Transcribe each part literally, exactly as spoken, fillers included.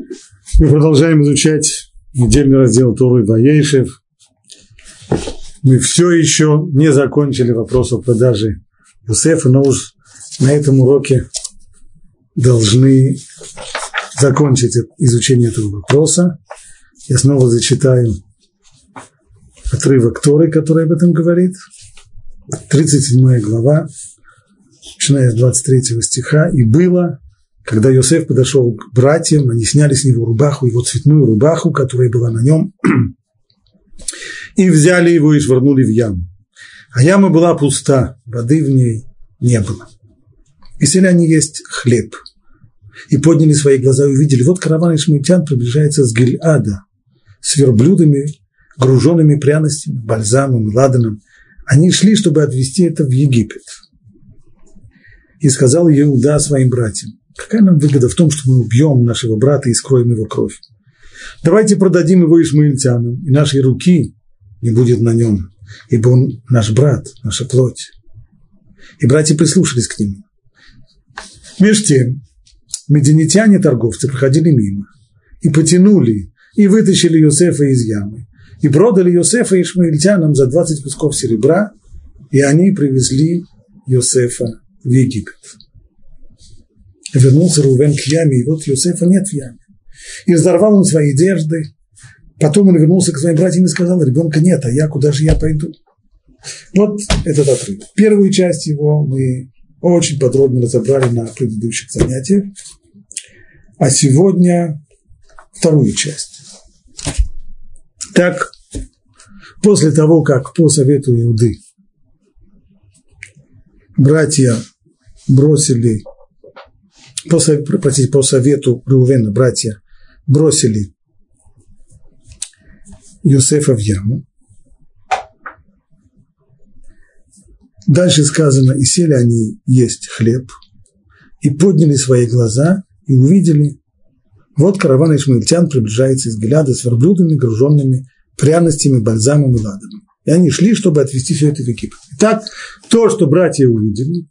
Мы продолжаем изучать недельный раздел Торы Ваейшев. Мы все еще не закончили вопрос о продаже Йосефа, но уж на этом уроке должны закончить изучение этого вопроса. Я снова зачитаю отрывок Торы, который об этом говорит. тридцать седьмая глава, начиная с двадцать третьего стиха. «И было, когда Йосеф подошел к братьям, они сняли с него рубаху, его цветную рубаху, которая была на нем, и взяли его и швырнули в яму. А яма была пуста, воды в ней не было. И сели они есть хлеб. И подняли свои глаза и увидели, вот караван ишмаильтян приближается с Гильада, с верблюдами, груженными пряностями, бальзамом и ладаном. Они шли, чтобы отвезти это в Египет. И сказал Иуда своим братьям: какая нам выгода в том, что мы убьем нашего брата и скроем его кровь? Давайте продадим его ишмаильтянам, и нашей руки не будет на нем, ибо он наш брат, наша плоть. И братья прислушались к нему. Меж тем, медианитяне, торговцы, проходили мимо, и потянули, и вытащили Йосефа из ямы, и продали Йосефа ишмаильтянам за двадцать кусков серебра, и они привезли Йосефа в Египет. Вернулся Рувен к яме, и вот Йосефа нет в яме. И разорвал он свои одежды. Потом он вернулся к своим братьям и сказал: ребенка нет, а я, куда же я пойду? Вот этот отрывок. Первую часть его мы очень подробно разобрали на предыдущих занятиях. А сегодня вторую часть. Так, после того, как по совету Иуды братья бросили, по, простите, по совету Реувена братья бросили Йосефа в яму. Дальше сказано: и сели они есть хлеб, и подняли свои глаза, и увидели, вот караван ишмаильтян приближается из Гиляда с верблюдами, груженными пряностями, бальзамом и ладаном. И они шли, чтобы отвезти все это в Египет. Итак, то, что братья увидели,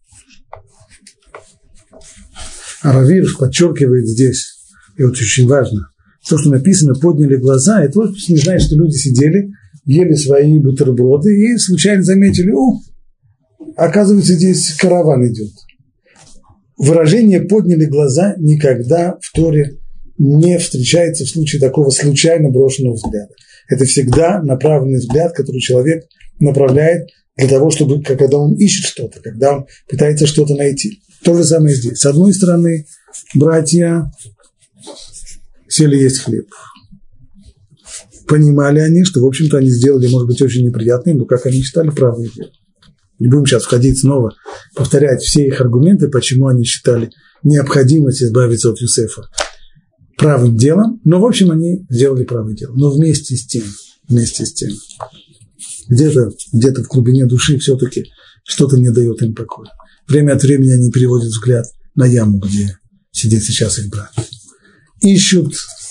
а Рав Ирш подчеркивает здесь, и вот очень важно, то, что написано, подняли глаза, это вот не знает, что люди сидели, ели свои бутерброды и случайно заметили: о, оказывается, здесь караван идет. Выражение «подняли глаза» никогда в Торе не встречается в случае такого случайно брошенного взгляда. Это всегда направленный взгляд, который человек направляет для того, чтобы, когда он ищет что-то, когда он пытается что-то найти. То же самое здесь. С одной стороны, братья сели есть хлеб. Понимали они, что, в общем-то, они сделали, может быть, очень неприятным, но как они считали, правое дело. Не будем сейчас входить снова, повторять все их аргументы, почему они считали необходимость избавиться от Йосефа правым делом, но, в общем, они сделали правое дело. Но вместе с тем, вместе с тем, где-то, где-то в глубине души все-таки что-то не дает им покоя. Время от времени они переводят взгляд на яму, где сидит сейчас их брат. Ищут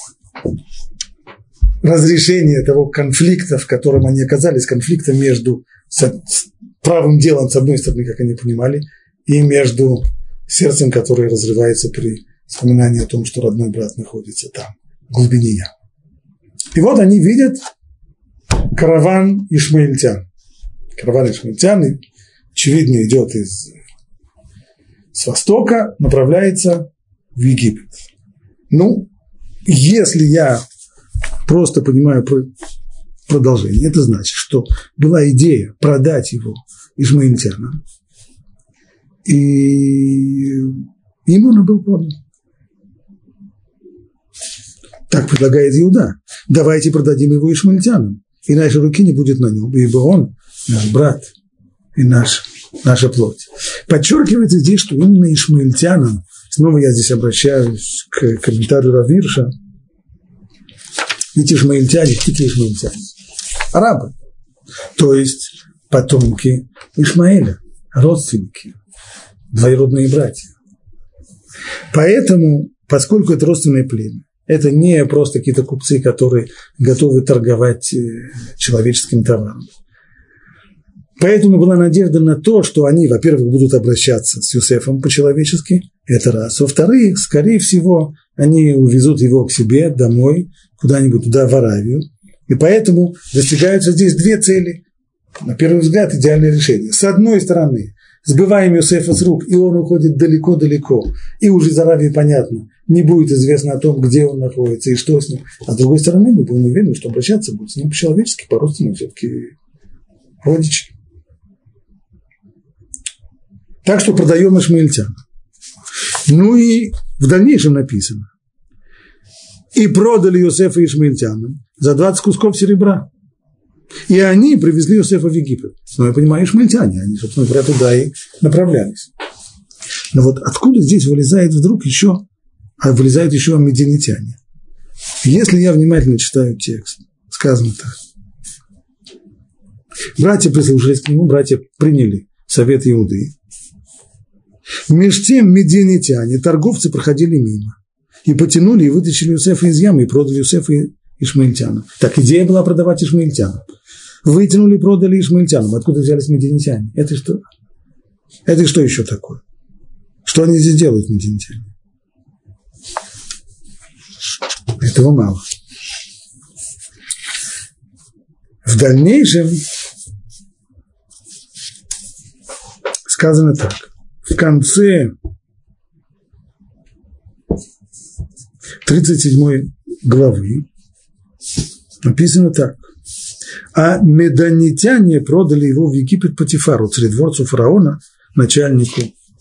разрешение того конфликта, в котором они оказались, конфликта между правым делом, с одной стороны, как они понимали, и между сердцем, которое разрывается при вспоминании о том, что родной брат находится там, в глубине ямы. И вот они видят караван ишмаильтян. Караван ишмаильтян, очевидно, идет из, с востока, направляется в Египет. Ну, если я просто понимаю продолжение, это значит, что была идея продать его ишмаильтянам, и ему он был продан. Так предлагает Иуда: давайте продадим его ишмаильтянам, и нашей руки не будет на нем, ибо он наш брат и наш, наша плоть. Подчеркивается здесь, что именно ишмаильтянам, снова я здесь обращаюсь к комментарию Рав Ирша, ведь ишмаильтяне, какие ишмаильтяне? Арабы, то есть потомки Ишмаэля, родственники, двоюродные братья. Поэтому, поскольку это родственное племя, это не просто какие-то купцы, которые готовы торговать человеческим товаром. Поэтому была надежда на то, что они, во-первых, будут обращаться с Йосефом по-человечески, это раз. Во-вторых, скорее всего, они увезут его к себе домой, куда-нибудь туда, в Аравию. И поэтому достигаются здесь две цели. На первый взгляд, идеальное решение. С одной стороны, сбываем Йосефа с рук, и он уходит далеко-далеко. И уже из Аравии понятно, не будет известно о том, где он находится и что с ним. А с другой стороны, мы будем уверены, что обращаться будет с ним по-человечески, по-родственному, все-таки родичи. Так что продаем ишмаильтян. Ну и в дальнейшем написано. И продали Йосефа ишмаильтянам за двадцать кусков серебра. И они привезли Йосефа в Египет. Ну, я понимаю, ишмаильтяне, они, собственно говоря, туда и направлялись. Но вот откуда здесь вылезает вдруг еще, а вылезают еще медианитяне? Если я внимательно читаю текст, сказано так. Братья прислушались к нему, братья приняли совет Иуды. Меж тем медианитяне, торговцы, проходили мимо и потянули и вытащили Йосефа из ямы и продали Йосефа ишмаильтянам. Так идея была продавать ишмаильтянам. Вытянули и продали ишмаильтянам. Откуда взялись медианитяне? Это что? Это что еще такое? Что они здесь делают, медианитяне? Этого мало. В дальнейшем сказано так. В конце тридцать седьмой главы написано так. А меданитяне продали его в Египет Потифару, царедворцу фараона, начальнику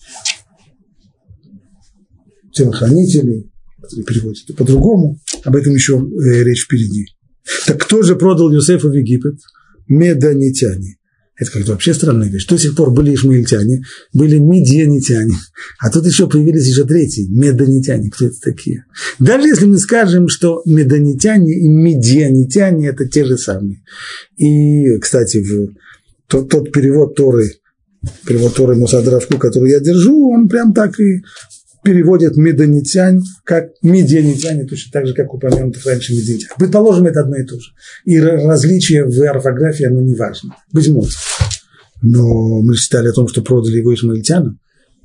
телохранителей, переводится по-другому, об этом еще э, речь впереди. Так кто же продал Йосефа в Египет? Меданитяне. Это как-то вообще странная вещь. До сих пор были ишмаильтяне, были медианитяне, а тут еще появились еще третьи, меданитяне. Кто это такие? Даже если мы скажем, что меданитяне и медианитяне – это те же самые. И, кстати, в тот, тот перевод Торы, перевод Торы Мусадравку, который я держу, он прям так и переводит меданитян как медианитяне, точно так же, как упомянутых раньше медианитяне. Предположим, это одно и то же. И различие в орфографии, оно не важно. Быть может. Но мы читали о том, что продали его ишмаильтянам.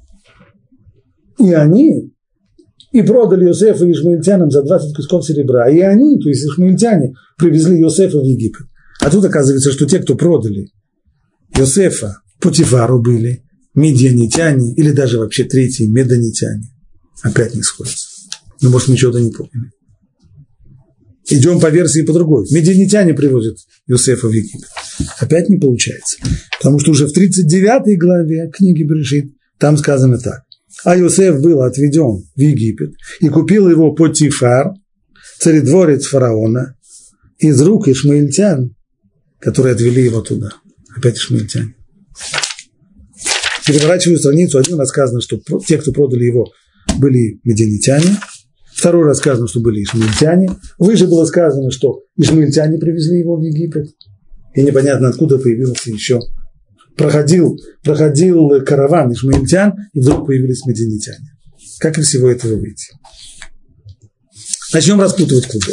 И они, и продали Йосефа ишмаильтянам за двадцать кусков серебра. И они, то есть ишмаильтяне, привезли Йосефа в Египет. А тут оказывается, что те, кто продали Йосефа, Потифару были, медианитяне, или даже вообще третьи, меданитяне. Опять не сходятся. Ну, может, мы чего-то не поняли. Идем по версии по другой. Медианитяне привозят Йосефа в Египет. Опять не получается. Потому что уже в тридцать девятой главе книги Берешит там сказано так. А Йосеф был отведен в Египет и купил его Потифар, царедворец фараона, из рук ишмаильтян, которые отвели его туда. Опять ишмаильтяне. Переворачиваю страницу, один раз сказано, что те, кто продали его, были медианитяне, второй раз сказано, что были ишмаильтяне, выше было сказано, что ишмаильтяне привезли его в Египет, и непонятно откуда появился еще, проходил, проходил караван ишмаильтян, и вдруг появились медианитяне. Как из всего этого выйти? Начнем распутывать клубок.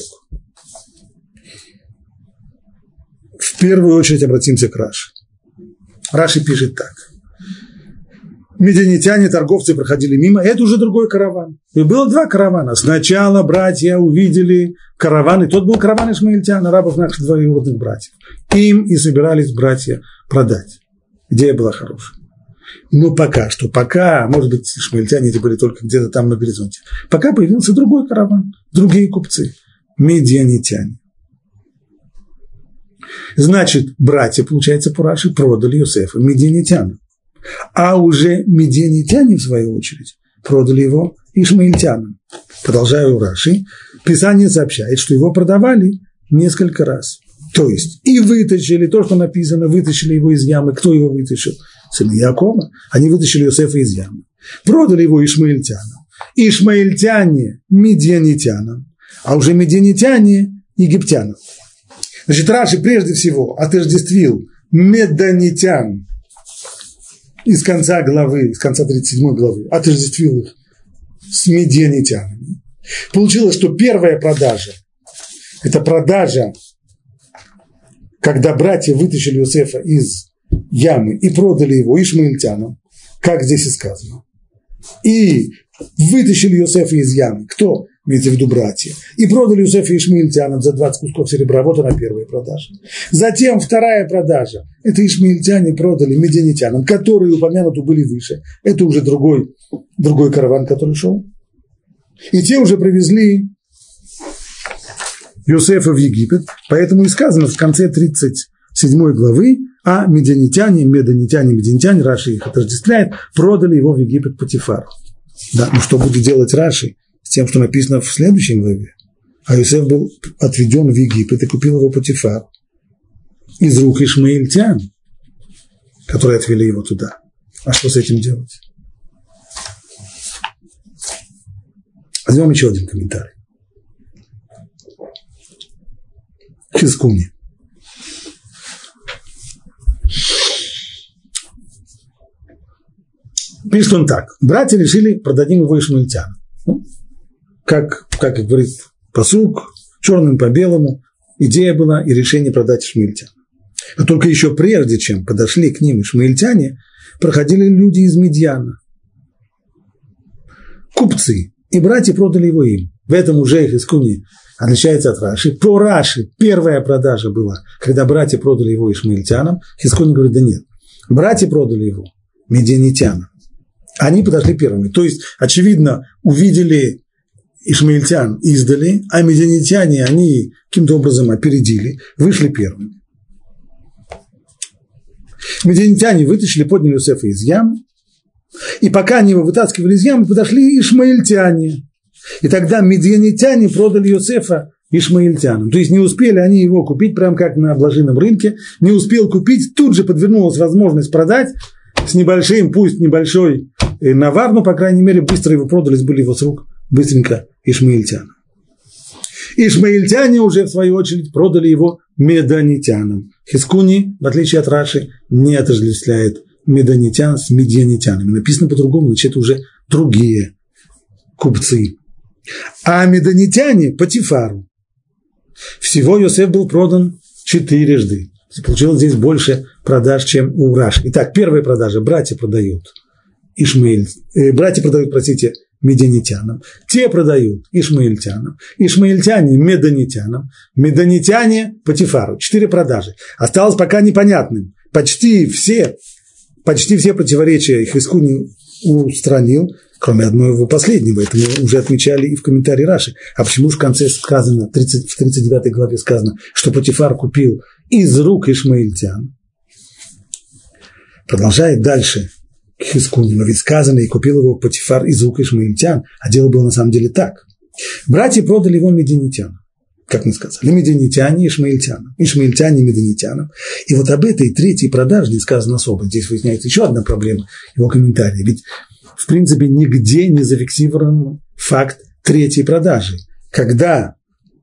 В первую очередь обратимся к Раши. Раши пишет так. Медианитяне, торговцы проходили мимо, это уже другой караван. И было два каравана. Сначала братья увидели караван, и тот был караван ишмаильтян, арабов наших двоюродных братьев. Им и собирались братья продать. Идея была хорошая. Но пока что, пока, может быть, ишмаильтяне эти были только где-то там на горизонте, пока появился другой караван, другие купцы, медианитяне. Значит, братья, получается, по Раши продали Йосефа медианитянам. А уже медианитяне, в свою очередь, продали его ишмаильтянам. Продолжаю Раши. Писание сообщает, что его продавали несколько раз. То есть, и вытащили, то, что написано, вытащили его из ямы. Кто его вытащил? Сыны Якова. Они вытащили Йосефа из ямы. Продали его ишмаильтянам. Ишмаильтяне медианитянам, а уже медианитяне египтянам. Значит, Раши прежде всего отождествил меданитян из конца главы, из конца тридцать седьмой главы, отождествил их с медианитянами. Получилось, что первая продажа – это продажа, когда братья вытащили Йосефа из ямы и продали его ишмаильтянам, как здесь и сказано. И вытащили Йосефа из ямы. Кто? имеется в виду братья, и продали Йосефа ишмаильтянам за двадцать кусков серебра. Вот она первая продажа. Затем вторая продажа. Это ишмаильтяне продали медианитянам, которые упомянуты были выше. Это уже другой, другой караван, который шел. И те уже привезли Йосефа в Египет. Поэтому и сказано в конце тридцать седьмой главы, а медианитяне, медонитяне, медианитяне, Раши их отождествляет, продали его в Египет Потифару. Да, ну что будет делать Раши с тем, что написано в следующей главе? А Йосеф был отведен в Египет и купил его Потифар из рук ишмаильтян, которые отвели его туда. А что с этим делать? Возьмем еще один комментарий. Хискуни. Пишет он так. Братья решили, продадим его ишмаильтянам. Ну, как, как говорит пасук, черным по белому, идея была и решение продать ишмаильтянам. Но только еще прежде, чем подошли к ним ишмаильтяне, проходили люди из Медьяна, купцы, и братья продали его им. В этом уже Хискуни отличается от Раши. По Раши первая продажа была, когда братья продали его ишмаильтянам. Хискуни говорит, да нет, братья продали его медианитянам. Они подошли первыми. То есть, очевидно, увидели ишмаильтян издали, а медианитяне они каким-то образом опередили, вышли первыми. Медианитяне вытащили, подняли Йосефа из ямы, и пока они его вытаскивали из ямы, подошли ишмаильтяне. И тогда медианитяне продали Йосефа ишмаильтянам. То есть не успели они его купить, прямо как на блаженном рынке, не успел купить, тут же подвернулась возможность продать с небольшим, пусть небольшой навар, но, по крайней мере, быстро его продали, сбыли его с рук, быстренько ишмаильтянам. Ишмаильтяне уже, в свою очередь, продали его медонитянам. Хискуни, в отличие от Раши, не отождествляет медонитян с медианитянами. Написано по-другому, значит, это уже другие купцы. А медонитяне – Потифару. Всего Йосеф был продан четырежды. Получилось здесь больше продаж, чем у Раши. Итак, первая продажа – братья продают Ишмаиль, э, братья продают, простите, медианитянам, те продают ишмаильтянам, ишмаильтяне медонитянам, медонитяне Потифару. Четыре продажи. Осталось пока непонятным. Почти все, почти все противоречия их Хискуни устранил, кроме одного последнего. Это мы уже отмечали и в комментарии Раши. А почему же в конце сказано, в тридцать девятой главе сказано, что Потифар купил из рук ишмаильтян? Продолжает дальше Хискуни, но ведь сказано, и купил его Потифар из рук ишмаильтян, а дело было на самом деле так. Братья продали его медианитянам, как мы сказали, медианитяне ишмаильтянам, ишмаильтяне медианитянам. И вот об этой третьей продаже не сказано особо. Здесь выясняется еще одна проблема его комментария. Ведь, в принципе, нигде не зафиксирован факт третьей продажи, когда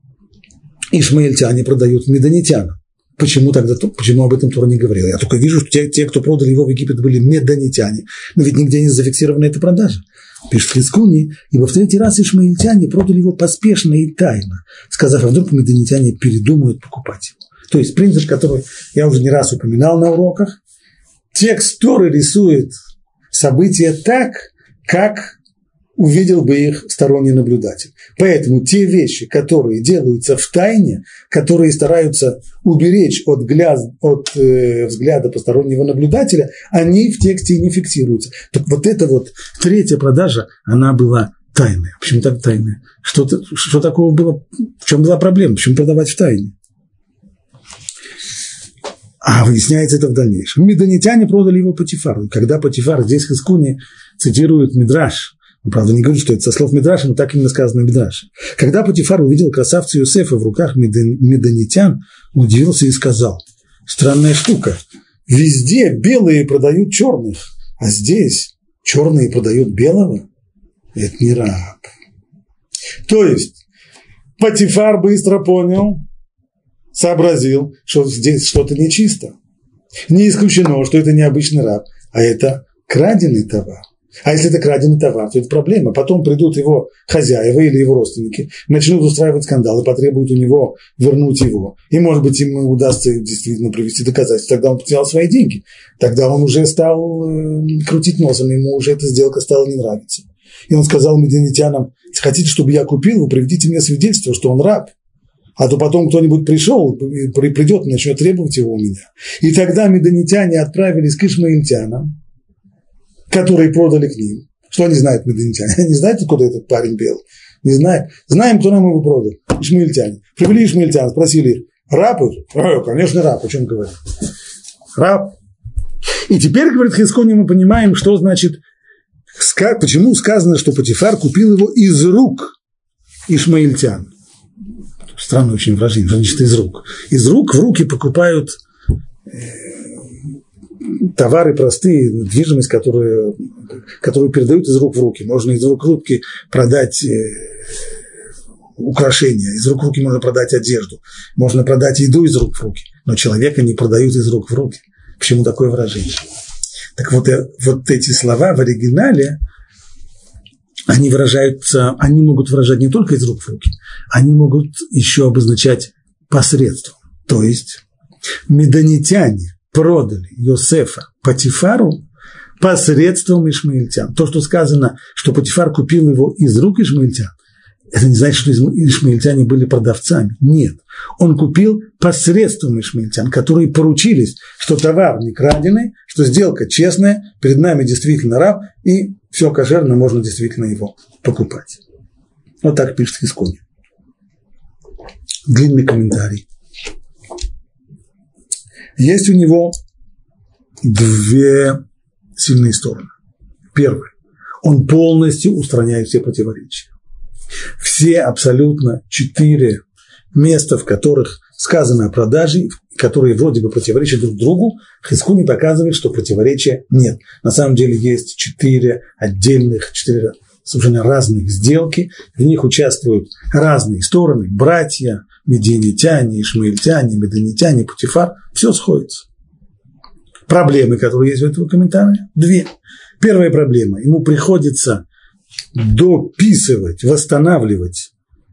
ишмаильтяне продают медианитянам. Почему тогда, почему об этом Тора не говорил? Я только вижу, что те, те, кто продали его в Египет, были медонитяне, но ведь нигде не зафиксирована эта продажа. Пишет Хискуни, ибо в третий раз ишмаильтяне продали его поспешно и тайно, сказав, а вдруг медонитяне передумают покупать его. То есть принцип, который я уже не раз упоминал на уроках, текст Торы рисует события так, как увидел бы их сторонний наблюдатель. Поэтому те вещи, которые делаются в тайне, которые стараются уберечь от, гляд, от э, взгляда постороннего наблюдателя, они в тексте не фиксируются. Так вот эта вот третья продажа, она была тайная. Почему так тайная? Что, что такого было? В чем была проблема? Почему продавать в тайне? А выясняется это в дальнейшем. Медонитяне продали его Потифару. И когда Потифар, здесь Хискуни цитирует Мидраш, правда, не говорю, что это со слов Мидраша, но так именно сказано в Мидраше. Когда Потифар увидел красавца Йосефа в руках медонитян, он удивился и сказал, странная штука, везде белые продают черных, а здесь черные продают белого? Это не раб. То есть Потифар быстро понял, сообразил, что здесь что-то нечисто. Не исключено, что это не обычный раб, а это краденый товар. А если это краденый товар, то это проблема. Потом придут его хозяева или его родственники, начнут устраивать скандал и потребуют у него вернуть его. И, может быть, ему удастся действительно привести доказательства. Тогда он потерял свои деньги. Тогда он уже стал э, крутить носом, ему уже эта сделка стала не нравиться. И он сказал медианитянам: хотите, чтобы я купил, вы приведите мне свидетельство, что он раб. А то потом кто-нибудь пришел, придет и начнет требовать его у меня. И тогда медианитяне отправились к ишмаильтянам, которые продали к ним. Что они знают, медианитяне? Они знают, откуда этот парень был? Не знают. Знаем, кто нам его продал. Ишмаильтяне. Привели ишмаильтян, спросили их: раб? О, конечно, раб. О чем говорят? Раб. И теперь, говорит Хискони, мы понимаем, что значит, почему сказано, что Потифар купил его из рук ишмаильтян. Странное очень выражение, что значит из рук. Из рук в руки покупают товары простые, недвижимость, которую, которую передают из рук в руки. Можно из рук в руки продать украшения, из рук в руки можно продать одежду, можно продать еду из рук в руки, но человека не продают из рук в руки. Почему такое выражение? Так вот, вот эти слова в оригинале, они выражаются, они могут выражать не только из рук в руки, они могут еще обозначать посредством. То есть медианитяне продали Йосефа Потифару посредством ишмаильтян. То, что сказано, что Потифар купил его из рук ишмаильтян, это не значит, что ишмаильтяне были продавцами. Нет. Он купил посредством ишмаильтян, которые поручились, что товар не краденый, что сделка честная, перед нами действительно раб, и все кошерно, можно действительно его покупать. Вот так пишет Хискони. Длинный комментарий. Есть у него две сильные стороны. Первое. Он полностью устраняет все противоречия. Все абсолютно четыре места, в которых сказано о продаже, которые вроде бы противоречат друг другу, Хискони показывает, что противоречия нет. На самом деле есть четыре отдельных, четыре совершенно разных сделки, в них участвуют разные стороны, братья, медианитяне, ишмаильтяне, медианитяне, Потифар, все сходится. Проблемы, которые есть в этом комментарии, две. Первая проблема, ему приходится дописывать, восстанавливать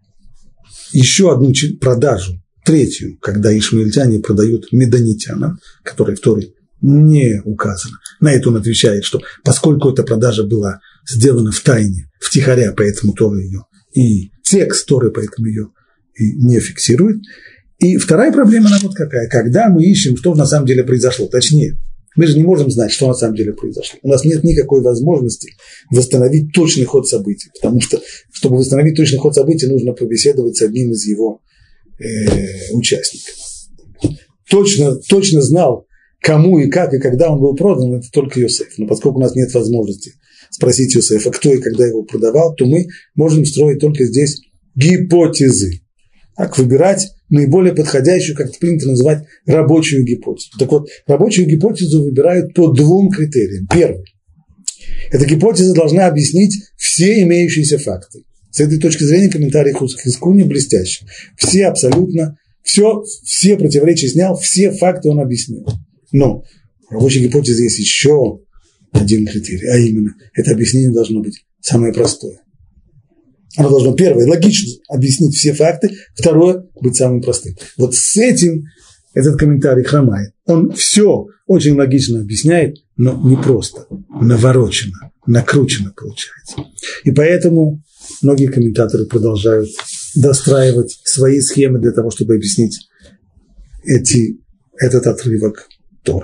еще одну продажу, третью, когда ишмаильтяне продают медианитянам, которые в Торе не указано. На это он отвечает, что поскольку эта продажа была сделана в тайне, втихаря, поэтому Тора ее, и текст Торы поэтому ее и не фиксирует. И вторая проблема, она вот какая, когда мы ищем, что на самом деле произошло, точнее, мы же не можем знать, что на самом деле произошло. У нас нет никакой возможности восстановить точный ход событий, потому что, чтобы восстановить точный ход событий, нужно побеседовать с одним из его э, участников. Точно, точно знал, кому и как, и когда он был продан, это только Йосеф. Но поскольку у нас нет возможности спросить Йосефа, кто и когда его продавал, то мы можем строить только здесь гипотезы. Так, выбирать наиболее подходящую, как это принято называть, рабочую гипотезу. Так вот, рабочую гипотезу выбирают по двум критериям. Первый. Эта гипотеза должна объяснить все имеющиеся факты. С этой точки зрения комментарий Хискони блестящий. Все абсолютно, все, все противоречия снял, все факты он объяснил. Но в рабочей гипотезе есть еще один критерий, а именно, это объяснение должно быть самое простое. Оно должно, первое, логично объяснить все факты, второе, быть самым простым. Вот с этим этот комментарий хромает. Он все очень логично объясняет, но не просто, наворочено, накручено получается. И поэтому многие комментаторы продолжают достраивать свои схемы для того, чтобы объяснить эти, этот отрывок Торы.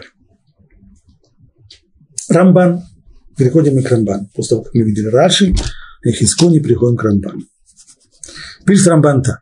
Рамбан. Переходим мы к Рамбану. После того, как мы видели Раши и Хискони, переходим к Рамбану. Пишет Рамбан так.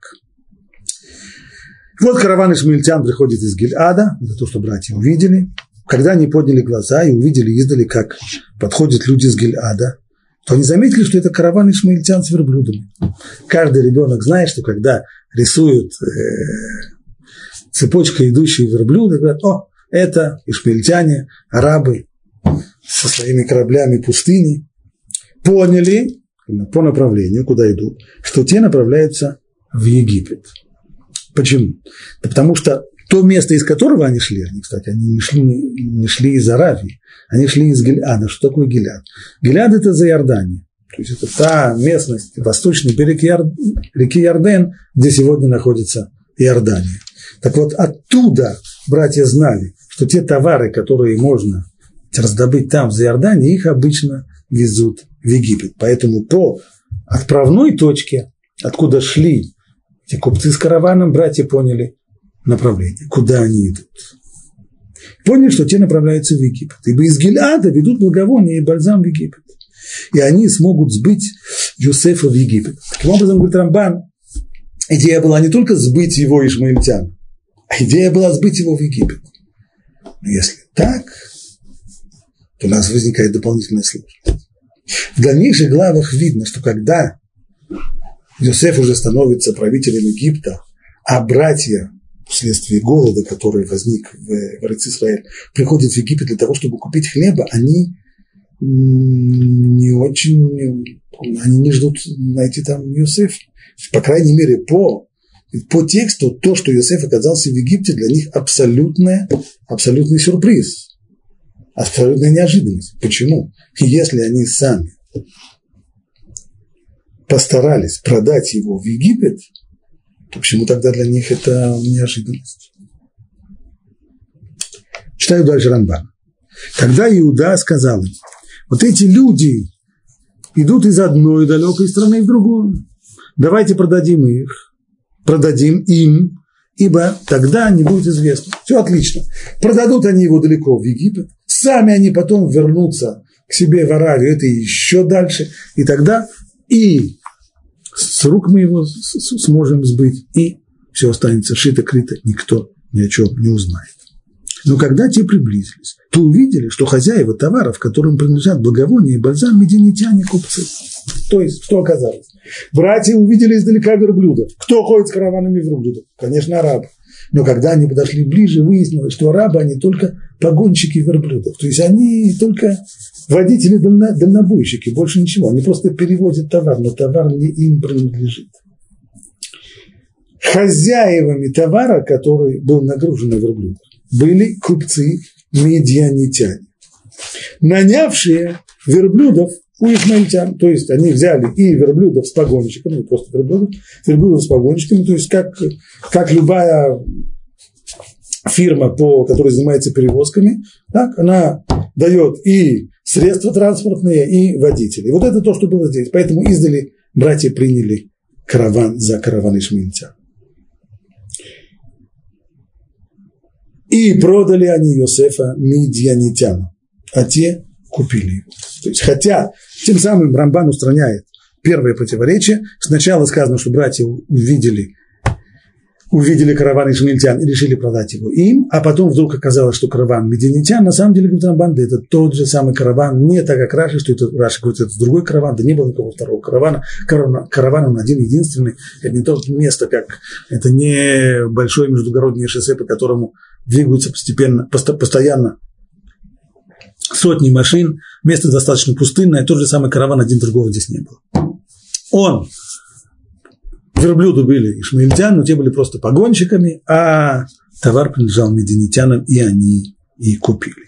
Вот караван ишмаильтян приходит из Гильада, это то, что братья увидели. Когда они подняли глаза и увидели издали, как подходят люди из Гильада, то они заметили, что это караван ишмаильтян с верблюдами. Каждый ребенок знает, что когда рисуют э, цепочкой идущие верблюды, говорят: о, это ишмаильтяне, арабы со своими кораблями пустыни. Поняли по направлению, куда идут, что те направляются в Египет. Почему? Да потому что то место, из которого они шли, они, кстати, они не шли, не шли из Аравии, они шли из Гильада. Что такое Гильад? Гильад – это за Иорданией. То есть это та местность, восточный берег Яр... реки Ярден, где сегодня находится Иордания. Так вот, оттуда братья знали, что те товары, которые можно раздобыть там, в Иордании, их обычно везут в Египет. Поэтому по отправной точке, откуда шли эти купцы с караваном, братья поняли направление, куда они идут. Поняли, что те направляются в Египет. Ибо из Гильада ведут благовония и бальзам в Египет. И они смогут сбыть Йосефа в Египет. Таким образом, говорит Рамбан, идея была не только сбыть его ишмаильтян, а идея была сбыть его в Египет. Но если так, то у нас возникает дополнительная сложность. В дальнейших главах видно, что когда Йосеф уже становится правителем Египта, а братья вследствие голода, который возник в, в Эрец-Исраэль, приходят в Египет для того, чтобы купить хлеба, они не очень, они не ждут найти там Йосефа. По крайней мере, по, по тексту, то, что Йосеф оказался в Египте, для них абсолютная, абсолютный сюрприз, абсолютная неожиданность. Почему? Если они сами постарались продать его в Египет, то почему тогда для них это неожиданность? Читаю дальше Рамбан. Тогда Иуда сказал им: вот эти люди идут из одной далекой страны в другую. Давайте продадим их, продадим им, ибо тогда не будет известно. Все отлично. Продадут они его далеко в Египет, сами они потом вернутся к себе в Аравию, это еще дальше, и тогда и с рук мы его сможем сбыть, и все останется шито-крыто, никто ни о чем не узнает. Но когда те приблизились, то увидели, что хозяева товаров, которым принадлежат благовония и бальзам, медианитяне, купцы. То есть, что оказалось? Братья увидели издалека верблюдов. Кто ходит с караванами верблюдов? Конечно, арабы. Но когда они подошли ближе, выяснилось, что арабы, они только погонщики верблюдов. То есть, они только водители-дальнобойщики, больше ничего. Они просто перевозят товар, но товар не им принадлежит. Хозяевами товара, который был нагружен на верблюдах, были купцы-медианитяне, нанявшие верблюдов у ишмаильтян. То есть они взяли и верблюдов с погонщиками, не просто верблюдов, верблюдов с погонщиками, то есть как, как любая фирма, по, которая занимается перевозками, так, она дает и средства транспортные, и водителей. Вот это то, что было здесь. Поэтому издали братья приняли караван за караван ишмаильтян. И продали они Йосефа медианитянам, а те купили его. То есть, хотя тем самым Рамбан устраняет первое противоречие. Сначала сказано, что братья увидели, увидели караван ишмаильтян и решили продать его им, а потом вдруг оказалось, что караван медианитян, на самом деле, говорит Рамбан, да это тот же самый караван, не так, как Раши, что это Раши говорит, это другой караван, да не было никакого второго каравана. Караван, караван он один единственный, это не то место, как это не большое междугороднее шоссе, по которому двигаются постепенно, постоянно сотни машин, место достаточно пустынное, тот же самый караван, один другого здесь не было. Он, верблюды были ишмаильтян, но те были просто погонщиками, а товар принадлежал медианитянам, и они и купили.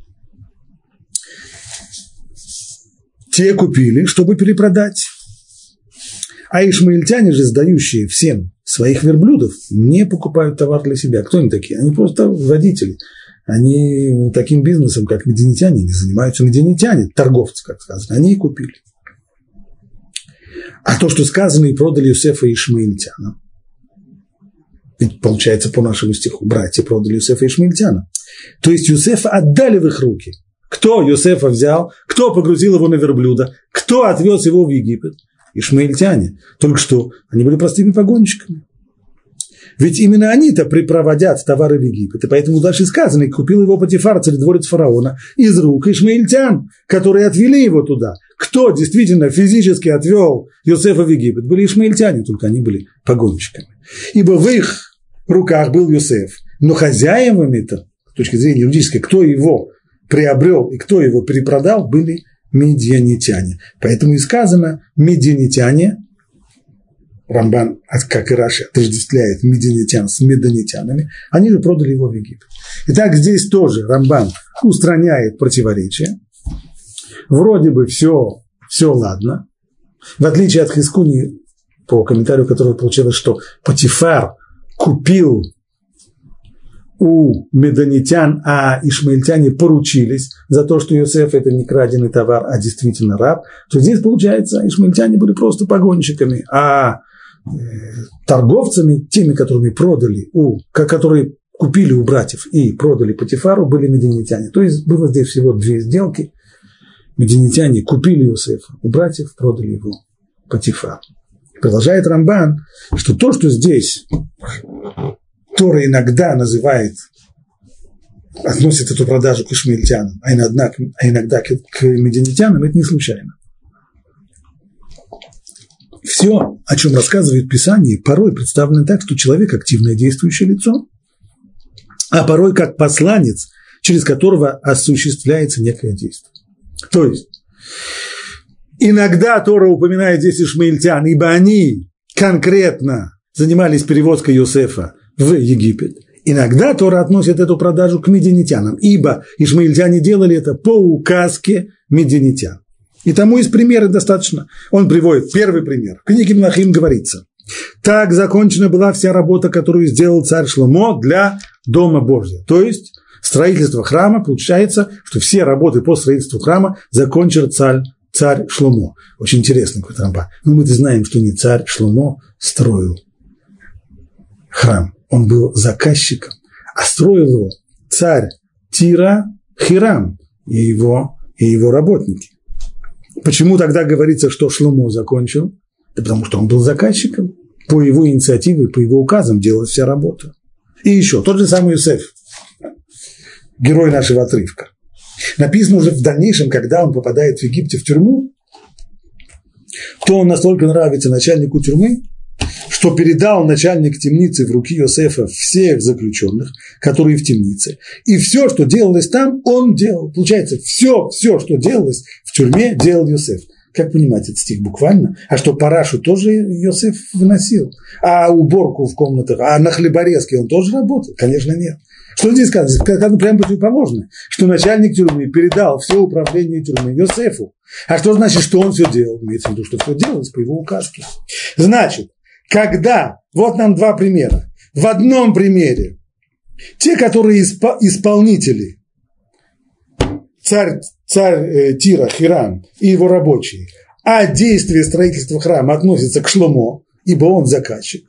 Те купили, чтобы перепродать. А ишмаильтяне же, сдающие всем своих верблюдов, не покупают товар для себя. Кто они такие? Они просто водители. Они таким бизнесом, как медианитяне, не занимаются медианитяне, торговцы, как сказано. Они и купили. А то, что сказано, и продали Йосефа ишмаильтянам. Ведь получается по нашему стиху, братья продали Йосефа ишмаильтянам. То есть Йосефа отдали в их руки. Кто Йосефа взял? Кто погрузил его на верблюда? Кто отвез его в Египет? Ишмаильтяне. Только что они были простыми погонщиками. Ведь именно они-то припроводят товары в Египет. И поэтому дальше сказано, и купил его Потифар, царедворец фараона, из рук ишмаильтян, которые отвели его туда. Кто действительно физически отвел Йосефа в Египет? Были ишмаильтяне, только они были погонщиками. Ибо в их руках был Йосеф. Но хозяевами-то, с точки зрения юридической, кто его приобрел и кто его перепродал, были медианитяне. Поэтому и сказано, медианитяне, Рамбан, как и Раши, отождествляет медианитян с меданитянами, они же продали его в Египет. Итак, здесь тоже Рамбан устраняет противоречия. Вроде бы все, все ладно. В отличие от Хискуни, по комментарию которого получилось, что Потифар купил у медонитян, а ишмаильтяне поручились за то, что Йосеф – это не краденый товар, а действительно раб, то здесь, получается, ишмаильтяне были просто погонщиками, а э, торговцами, теми, которыми продали, у, которые купили у братьев и продали Потифару, были медонитяне. То есть было здесь всего две сделки. Медонитяне купили Йосефа у братьев, продали его Потифару. Продолжает Рамбан, что то, что здесь Тора иногда называет, относит эту продажу к ишмаильтянам, а иногда, а иногда к, к медианитянам, это не случайно. Все, о чем рассказывает Писание, порой представлено так, что человек – активное действующее лицо, а порой как посланец, через которого осуществляется некое действие. То есть, иногда Тора упоминает здесь ишмаильтян, ибо они конкретно занимались перевозкой Йосефа в Египет. Иногда Тора относит эту продажу к медианитянам, ибо ишмаильтяне делали это по указке медианитян. И тому из примера достаточно. Он приводит первый пример. В книге Мелахим говорится: так закончена была вся работа, которую сделал царь Шломо для Дома Божьего. То есть строительство храма, получается, что все работы по строительству храма закончил царь, царь Шломо. Очень интересно какой-то Рамбан. Но мы-то знаем, что не царь Шломо строил храм. Он был заказчиком, а строил его царь Тира Хирам и его, и его работники. Почему тогда говорится, что Шломо закончил? Да потому что он был заказчиком. По его инициативе, по его указам делалась вся работа. И еще, тот же самый Йосеф, герой нашего отрывка. Написано уже в дальнейшем, когда он попадает в Египте в тюрьму, то он настолько нравится начальнику тюрьмы, что передал начальник темницы в руки Йосефа всех заключенных, которые в темнице. И все, что делалось там, он делал. Получается, все, все, что делалось в тюрьме, делал Йосеф. Как понимать этот стих буквально? А что парашу тоже Йосеф выносил? А уборку в комнатах? А на хлеборезке он тоже работал? Конечно, нет. Что здесь сказано? Здесь сказано прямо противоположно, что начальник тюрьмы передал все управление тюрьмы Йосефу. А что значит, что он все делал? Имеется в виду, что все делалось по его указке. Значит, когда, вот нам два примера. В одном примере те, которые испо, исполнители, царь, царь э, Тира, Хирам и его рабочие, а действие строительства храма относится к Шломо, ибо он заказчик.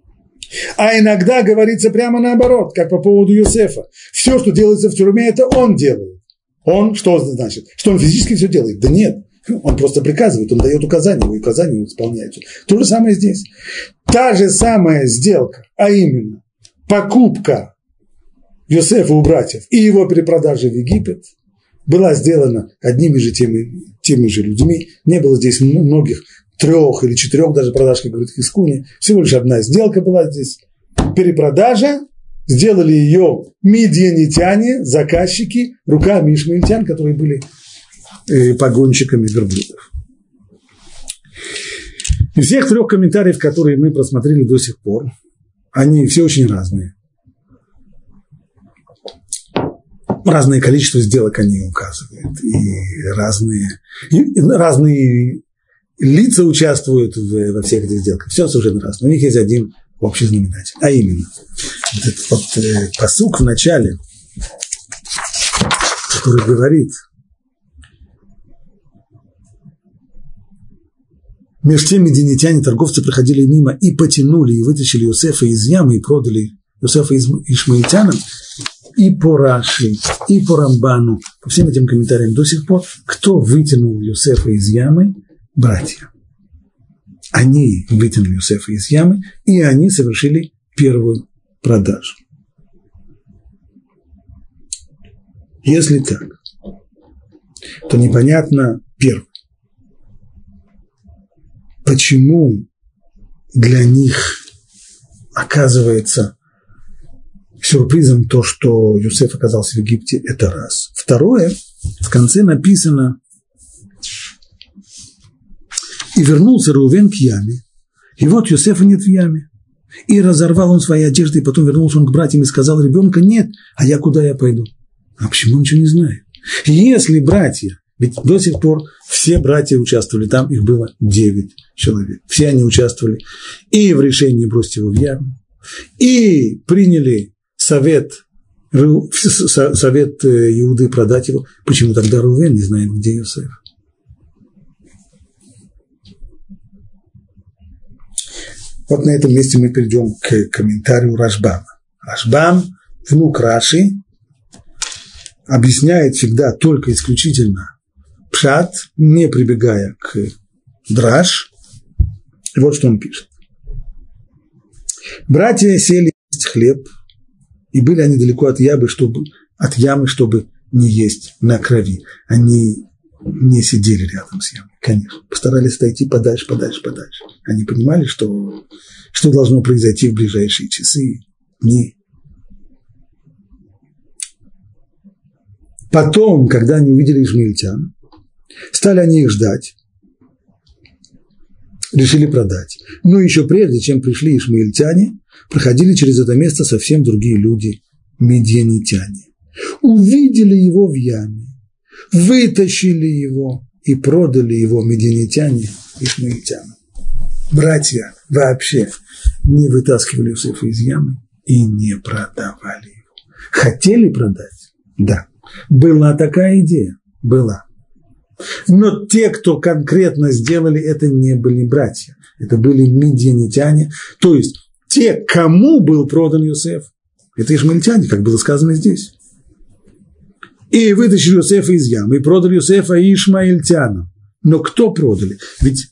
А иногда говорится прямо наоборот, как по поводу Йосефа. Все, что делается в тюрьме, это он делает. Он, что значит? Что он физически все делает? Да нет. Он просто приказывает, он дает указания, его указания исполняются. То же самое здесь. Та же самая сделка, а именно покупка Йосефа у братьев и его перепродажа в Египет, была сделана одними же теми, теми же людьми. Не было здесь многих, трех или четырех даже продаж, как говорит Хискуни. Всего лишь одна сделка была здесь. Перепродажа, сделали ее медианитяне, заказчики, руками ишмаильтян, которые были погонщиками верблюдов. Из всех трех комментариев, которые мы просмотрели до сих пор, они все очень разные. Разное количество сделок они указывают, и разные, и разные лица участвуют в, во всех этих сделках. Все совершенно разное. У них есть один общий знаменатель, а именно вот этот вот э, пасук в начале, который говорит: между тем медианитяне, торговцы, проходили мимо и потянули, и вытащили Йосефа из ямы, и продали Йосефа ишмаильтянам, и по Раши, и по Рамбану, по всем этим комментариям до сих пор, кто вытянул Йосефа из ямы? Братья. Они вытянули Йосефа из ямы, и они совершили первую продажу. Если так, то непонятно первое. Почему для них оказывается сюрпризом то, что Йосеф оказался в Египте, это раз. Второе, в конце написано: и вернулся Реувен к яме, и вот Йосефа нет в яме. И разорвал он свои одежды, и потом вернулся он к братьям и сказал: ребенка нет, а я куда я пойду? А почему он ничего не знает? Если братья, ведь до сих пор все братья участвовали, там их было девять человек, все они участвовали и в решении бросить его в яму, и приняли совет совет Иуды продать его. Почему тогда Рувен не знает, где Йосеф? Вот на этом месте мы перейдем к комментарию Рашбама. Рашбам, внук Раши, объясняет всегда только исключительно пшат, не прибегая к драш. И вот что он пишет. Братья сели есть хлеб, и были они далеко от ямы, чтобы, от ямы, чтобы не есть на крови. Они не сидели рядом с ямой, конечно. Постарались отойти подальше, подальше, подальше. Они понимали, что, что должно произойти в ближайшие часы, дни. Потом, когда они увидели ишмаильтян, стали они их ждать, решили продать. Но еще прежде, чем пришли ишмаильтяне, проходили через это место совсем другие люди, медианитяне. Увидели его в яме, вытащили его и продали его медианитяне ишмаильтянам. Братья вообще не вытаскивали Йосефа из ямы и не продавали его. Хотели продать? Да. Была такая идея? Была. Но те, кто конкретно сделали это, не были братья. Это были медианитяне. То есть те, кому был продан Йосеф, это ишмаильтяне, как было сказано здесь. И вытащили Йосефа из ямы, и продали Йосефа ишмаильтянам. Но кто продали? Ведь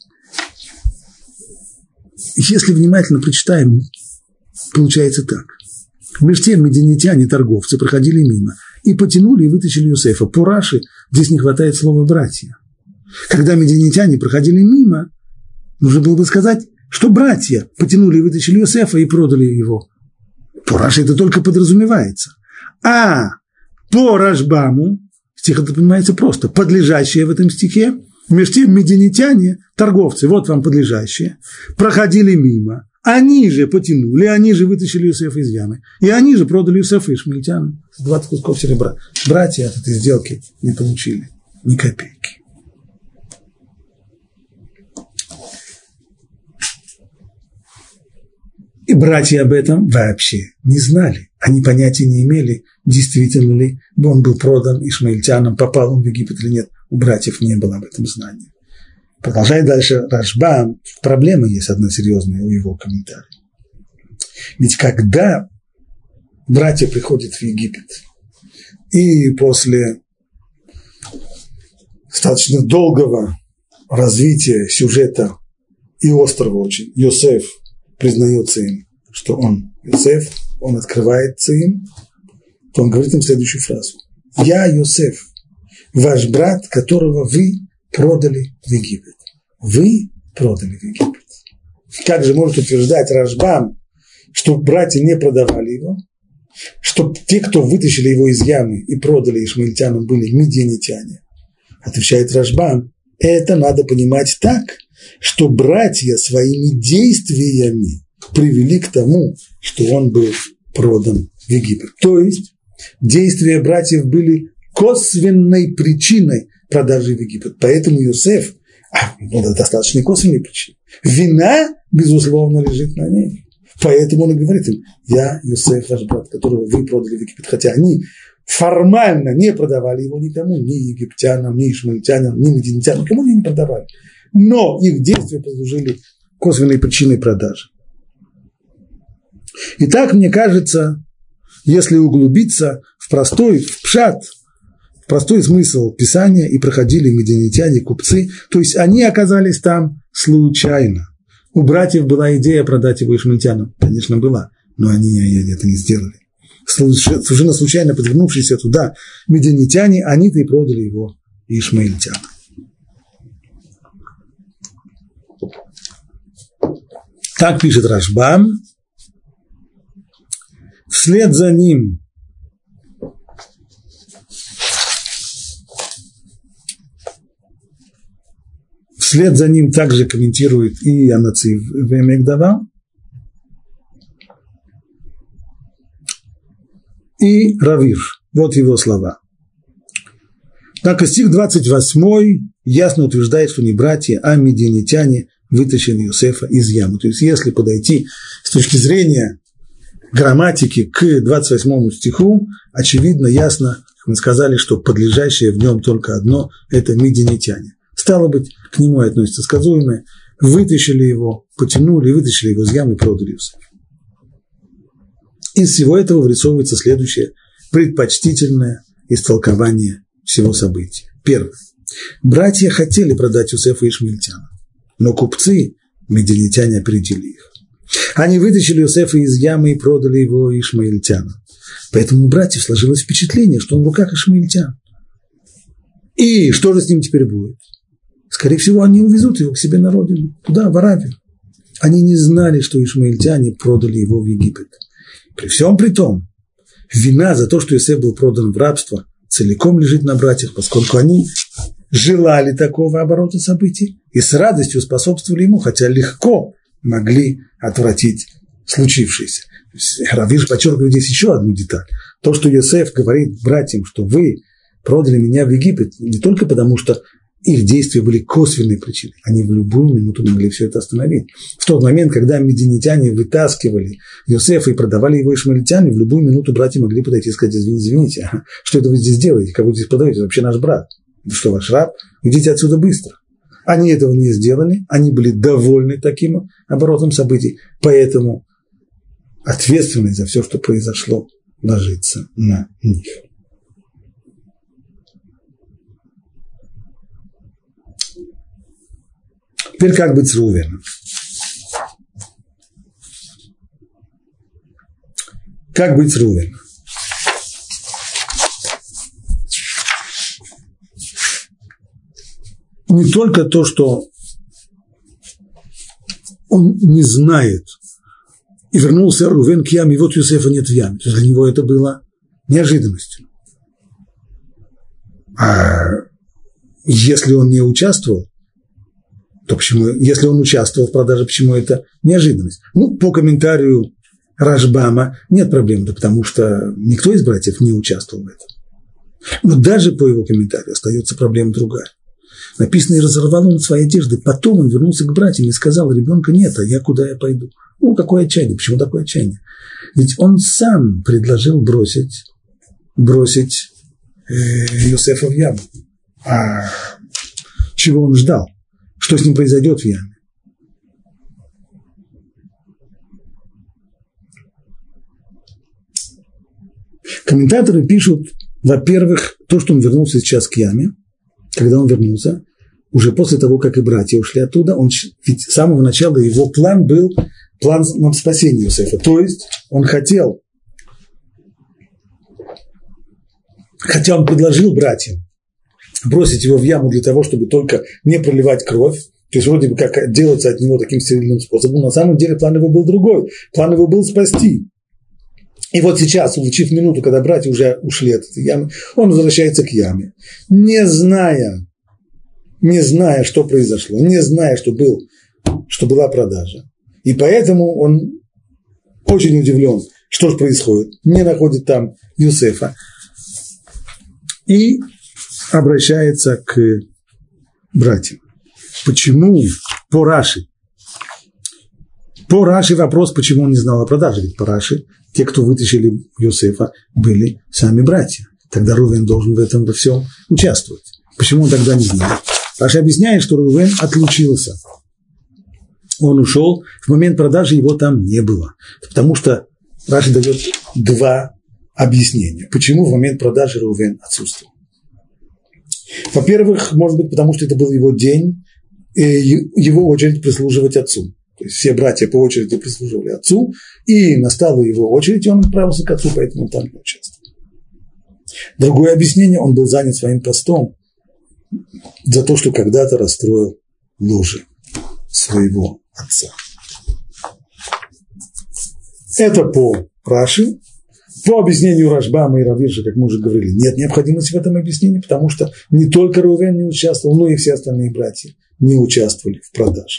если внимательно прочитаем, получается так. Между тем медианитяне, торговцы, проходили мимо и потянули и вытащили Йосефа. По Раши здесь не хватает слова «братья». Когда медианитяне проходили мимо, нужно было бы сказать, что братья потянули и вытащили Йосефа и продали его. По Раши это только подразумевается. А по Рашбаму стих это понимается просто. Подлежащие в этом стихе, между тем медианитяне, торговцы, вот вам подлежащие, проходили мимо. Они же потянули, они же вытащили Йосефа из ямы. И они же продали Йосефа ишмаильтянам. двадцать кусков серебра. Братья от этой сделки не получили ни копейки. И братья об этом вообще не знали. Они понятия не имели, действительно ли он был продан ишмаильтянам, попал он в Египет или нет. У братьев не было об этом знания. Продолжает дальше Рашбам. Проблема есть одна серьезная у его комментариев. Ведь когда братья приходят в Египет, и после достаточно долгого развития сюжета и острого очень, Йосеф признается им, что он Йосеф, он открывается им, то он говорит им следующую фразу. «Я Йосеф, ваш брат, которого вы продали в Египет». Вы продали в Египет. Как же может утверждать Рашбам, что братья не продавали его, что те, кто вытащили его из ямы и продали ишмаильтянам, были медианитяне? Отвечает Рашбам, это надо понимать так, что братья своими действиями привели к тому, что он был продан в Египет. То есть действия братьев были косвенной причиной продажи в Египет. Поэтому Йосеф, а, ну, это достаточно косвенной причиной. Вина, безусловно, лежит на ней. Поэтому он и говорит им, я Йосеф, ваш брат, которого вы продали в Египет. Хотя они формально не продавали его никому, ни египтянам, ни ишмаильтянам, ни медианитянам, никому они не продавали. Но их действия послужили косвенной причиной продажи. Итак, мне кажется, если углубиться в простой, в пшат, в простой смысл Писания, и проходили медианитяне, купцы, то есть они оказались там случайно. У братьев была идея продать его ишмаильтянам, конечно, была, но они это не сделали. Совершенно случайно подвернувшиеся туда медианитяне, они-то и продали его ишмаильтянам. Так пишет Рашбам. Вслед за ним вслед за ним также комментирует и Анацив Вемегдава, и Равир. Вот его слова. Так и стих двадцать восьмой ясно утверждает, что не братья, а медианитяне вытащили Йосефа из ямы. То есть, если подойти с точки зрения грамматики к двадцать восьмому стиху, очевидно, ясно, мы сказали, что подлежащее в нем только одно – это мидианитяне. Стало быть, к нему и относится сказуемое. Вытащили его, потянули, вытащили его из ямы и продали Иосифу. Из всего этого вырисовывается следующее предпочтительное истолкование всего события. Первое. Братья хотели продать Иосифа ишмаильтянам, но купцы, мидианитяне, опередили их. Они вытащили Иосифа из ямы и продали его ишмаильтянам. Поэтому у братьев сложилось впечатление, что он в руках ишмаильтян. И что же с ним теперь будет? Скорее всего, они увезут его к себе на родину, туда, в Аравию. Они не знали, что ишмаильтяне продали его в Египет. При всем при том, вина за то, что Иосиф был продан в рабство, целиком лежит на братьях, поскольку они желали такого оборота событий и с радостью способствовали ему, хотя легко могли отвратить случившееся. Равиш подчеркивает здесь еще одну деталь. То, что Иосиф говорит братьям, что вы продали меня в Египет, не только потому, что их действия были косвенной причиной, они в любую минуту могли все это остановить. В тот момент, когда мидианитяне вытаскивали Иосифа и продавали его ишмаильтяне, в любую минуту братья могли подойти и сказать: извините, извините, что это вы здесь делаете, кого вы здесь продаете, это вообще наш брат. Это что, ваш раб? Идите отсюда быстро. Они этого не сделали, они были довольны таким оборотом событий, поэтому ответственность за все, что произошло, ложится на них. Теперь как быть с Рувеном? Как быть с Рувеном? Не только то, что он не знает, и вернулся Рувен к яме, и вот Иосифа нет в яме. То есть для него это было неожиданностью. А если он не участвовал, то почему, если он участвовал в продаже, почему это неожиданность? Ну, по комментарию Рашбама нет проблем, да потому что никто из братьев не участвовал в этом. Но даже по его комментарию остается проблема другая. Написано: и разорвал он свои одежды, потом он вернулся к братьям и сказал: ребенка нет, а я куда я пойду? Ну, какое отчаяние, почему такое отчаяние? Ведь он сам предложил бросить, бросить э, Иосифа в яму. А чего он ждал? Что с ним произойдет в яме? Комментаторы пишут, во-первых, то, что он вернулся сейчас к яме, когда он вернулся, уже после того, как и братья ушли оттуда, он, ведь с самого начала его план был план на спасение Иосифа. То есть он хотел, хотя он предложил братьям бросить его в яму для того, чтобы только не проливать кровь, то есть вроде бы как делаться от него таким стерильным способом, на самом деле план его был другой. План его был спасти. И вот сейчас, улучив минуту, когда братья уже ушли от этой ямы, он возвращается к яме, не зная, не зная, что произошло, не зная, что, был, что была продажа. И поэтому он очень удивлен, что же происходит, не находит там Иосифа. И обращается к братьям. Почему по Раши? По Раши вопрос, почему он не знал о продаже. Ведь по Раши те, кто вытащили Иосифа, были сами братья. Тогда Рувен должен в этом во всем участвовать. Почему он тогда не знал? Раши объясняет, что Рувен отлучился. Он ушел, в момент продажи его там не было. Потому что Раши дает два объяснения, почему в момент продажи Рувен отсутствовал. Во-первых, может быть, потому что это был его день, и его очередь прислуживать отцу. То есть все братья по очереди прислуживали отцу, и настала его очередь, и он отправился к отцу, поэтому он там не участвовал. Другое объяснение: он был занят своим постом за то, что когда-то расстроил ложе своего отца. Это по Раши. По объяснению Рашбама и Равирша, как мы уже говорили, нет необходимости в этом объяснении, потому что не только Рувен не участвовал, но и все остальные братья не участвовали в продаже.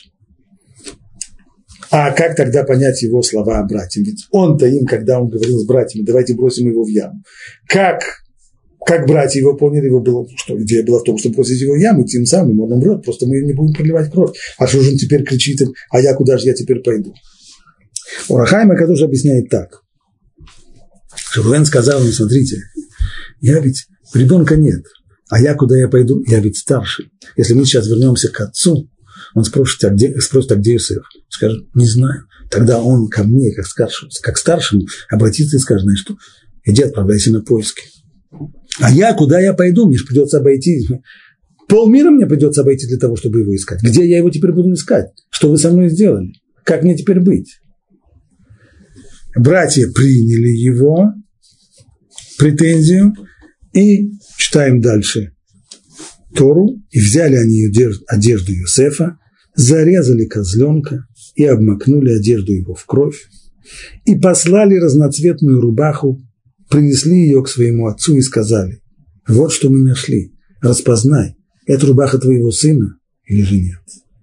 А как тогда понять его слова о братьям? Ведь он-то им, когда он говорил с братьями: давайте бросим его в яму. Как, как братья его поняли, его было, что идея была в том, чтобы бросить его в яму, тем самым он умрет, просто мы не будем проливать кровь. А что же он теперь кричит им: а я куда же я теперь пойду? Ор ха-Хаим ха-Кадош объясняет так. Рувен сказал ему: смотрите, я ведь, ребенка нет, а я куда я пойду? Я ведь старший. Если мы сейчас вернемся к отцу, он спросит, а где, спросит, а где Йосеф? Скажет: не знаю. Тогда он ко мне, как старшему, как старшему, обратится и скажет: знаешь что, иди отправляйся на поиски. А я куда я пойду? Мне же придется обойти. Полмира мне придется обойти для того, чтобы его искать. Где я его теперь буду искать? Что вы со мной сделали? Как мне теперь быть? Братья приняли его претензию и читаем дальше Тору. И взяли они одежду Йосефа, зарезали козленка и обмакнули одежду его в кровь, и послали разноцветную рубаху, принесли ее к своему отцу и сказали: вот что мы нашли, распознай, это рубаха твоего сына или же нет.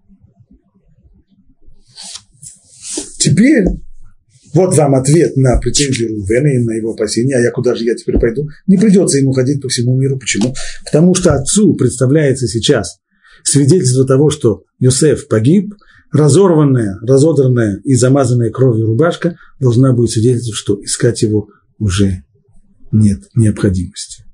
Теперь вот вам ответ на претензию Рувена и на его опасения: а я куда же я теперь пойду? Не придется ему ходить по всему миру. Почему? Потому что отцу представляется сейчас свидетельство того, что Йосеф погиб, разорванная, разодранная и замазанная кровью рубашка должна будет свидетельствовать, что искать его уже нет необходимости.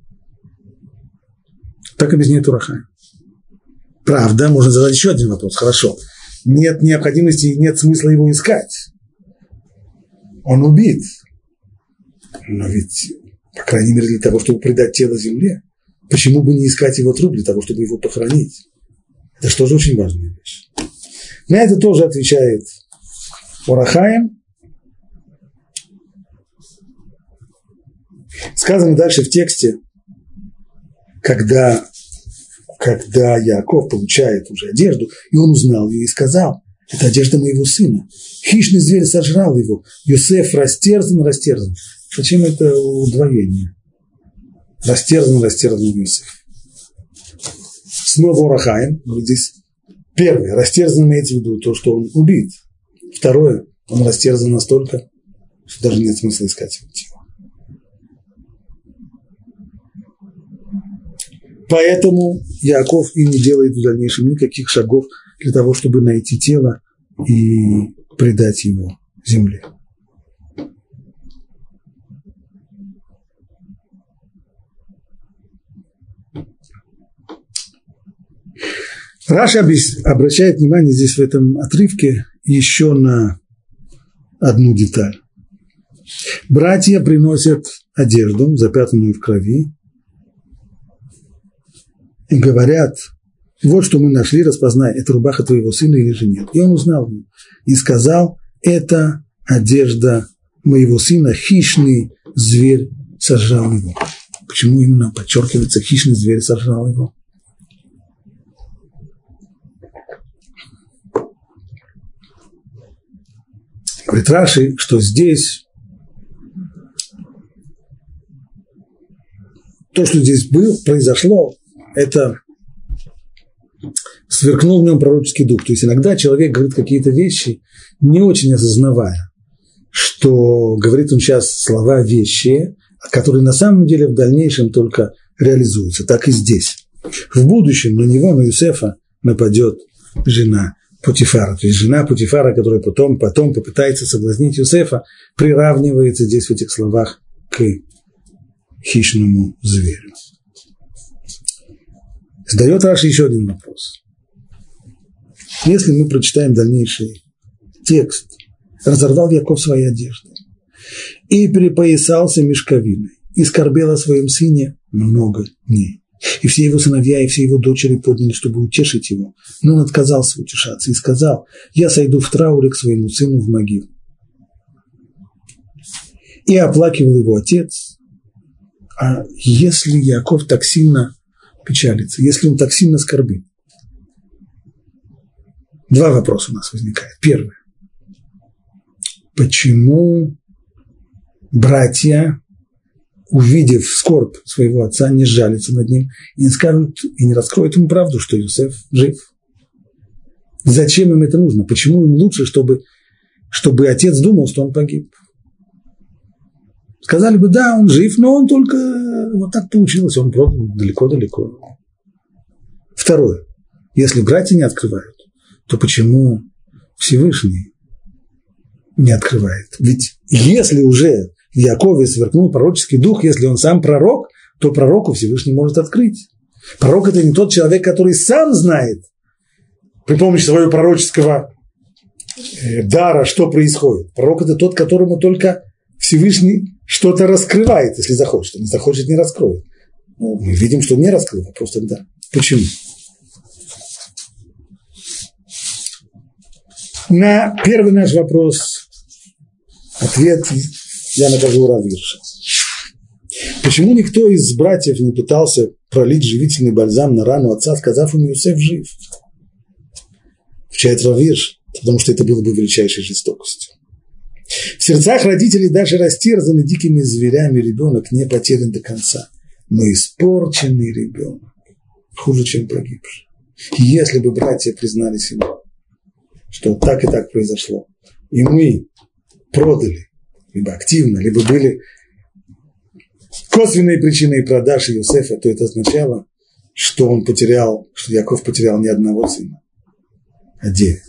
Так объясняет Ор ха-Хаим. Правда, можно задать еще один вопрос. Хорошо, нет необходимости и нет смысла его искать. Он убит. Но ведь, по крайней мере, для того, чтобы предать тело земле, почему бы не искать его труп для того, чтобы его похоронить? Это что же очень важная вещь. На это тоже отвечает Ор ха-Хаим. Сказано дальше в тексте, когда, когда Яаков получает уже одежду, и он узнал ее и сказал: это одежда моего сына. Хищный зверь сожрал его. Йосеф растерзан, растерзан. Зачем это удвоение? Растерзан, растерзан Йосеф. Снова Ор ха-Хаим. Здесь первое. Растерзан имеется в виду то, что он убит. Второе. Он растерзан настолько, что даже нет смысла искать его тело. Поэтому Яаков и не делает в дальнейшем никаких шагов для того, чтобы найти тело и предать его земле. Раши обращает внимание здесь в этом отрывке еще на одну деталь. Братья приносят одежду, запятнанную в крови, и говорят: вот что мы нашли, распознай, это рубаха твоего сына или же нет. И он узнал ее и сказал: это одежда моего сына, хищный зверь сожрал его. Почему именно подчеркивается хищный зверь сожрал его? Говорит Раши, что здесь то, что здесь было, произошло, это сверкнул в нем пророческий дух. То есть иногда человек говорит какие-то вещи, не очень осознавая, что говорит он сейчас слова вещи, которые на самом деле в дальнейшем только реализуются. Так и здесь. В будущем на него, на Йосефа, нападет жена Потифара. То есть жена Потифара, которая потом, потом попытается соблазнить Йосефа, приравнивается здесь в этих словах к хищному зверю. Задает Раши еще один вопрос. Если мы прочитаем дальнейший текст: разорвал Яаков свои одежды и перепоясался мешковиной, и скорбел о своем сыне много дней. И все его сыновья, и все его дочери подняли, чтобы утешить его. Но он отказался утешаться и сказал: я сойду в трауре к своему сыну в могилу. И оплакивал его отец. А если Яаков так сильно печалится, если он так сильно скорбит? Два вопроса у нас возникает. Первый. Почему братья, увидев скорбь своего отца, не сжалятся над ним и не скажут, и не раскроют ему правду, что Йосеф жив? Зачем им это нужно? Почему им лучше, чтобы, чтобы отец думал, что он погиб? Сказали бы: да, он жив, но он только вот так получилось, он просто далеко-далеко. Второе. Если братья не открывают, то почему Всевышний не открывает? Ведь если уже в Якове сверкнул пророческий дух, если он сам пророк, то пророку Всевышний может открыть. Пророк – это не тот человек, который сам знает при помощи своего пророческого дара, что происходит. Пророк – это тот, которому только Всевышний что-то раскрывает, если захочет. Не захочет, не раскроет. Ну, мы видим, что не раскрыл, вопрос тогда. Почему? На первый наш вопрос ответ я нахожу у Рав Ирша. Почему никто из братьев не пытался пролить живительный бальзам на рану отца, сказав ему: Йосеф жив? Отвечает Рав Ирша, потому что это было бы величайшей жестокостью. В сердцах родителей даже растерзанный дикими зверями ребенок не потерян до конца, но испорченный ребенок хуже, чем погибший. И если бы братья признались ему, что так и так произошло, и мы продали, либо активно, либо были косвенные причины продажи Йосефа, то это означало, что он потерял, что Яков потерял не одного сына, а девять.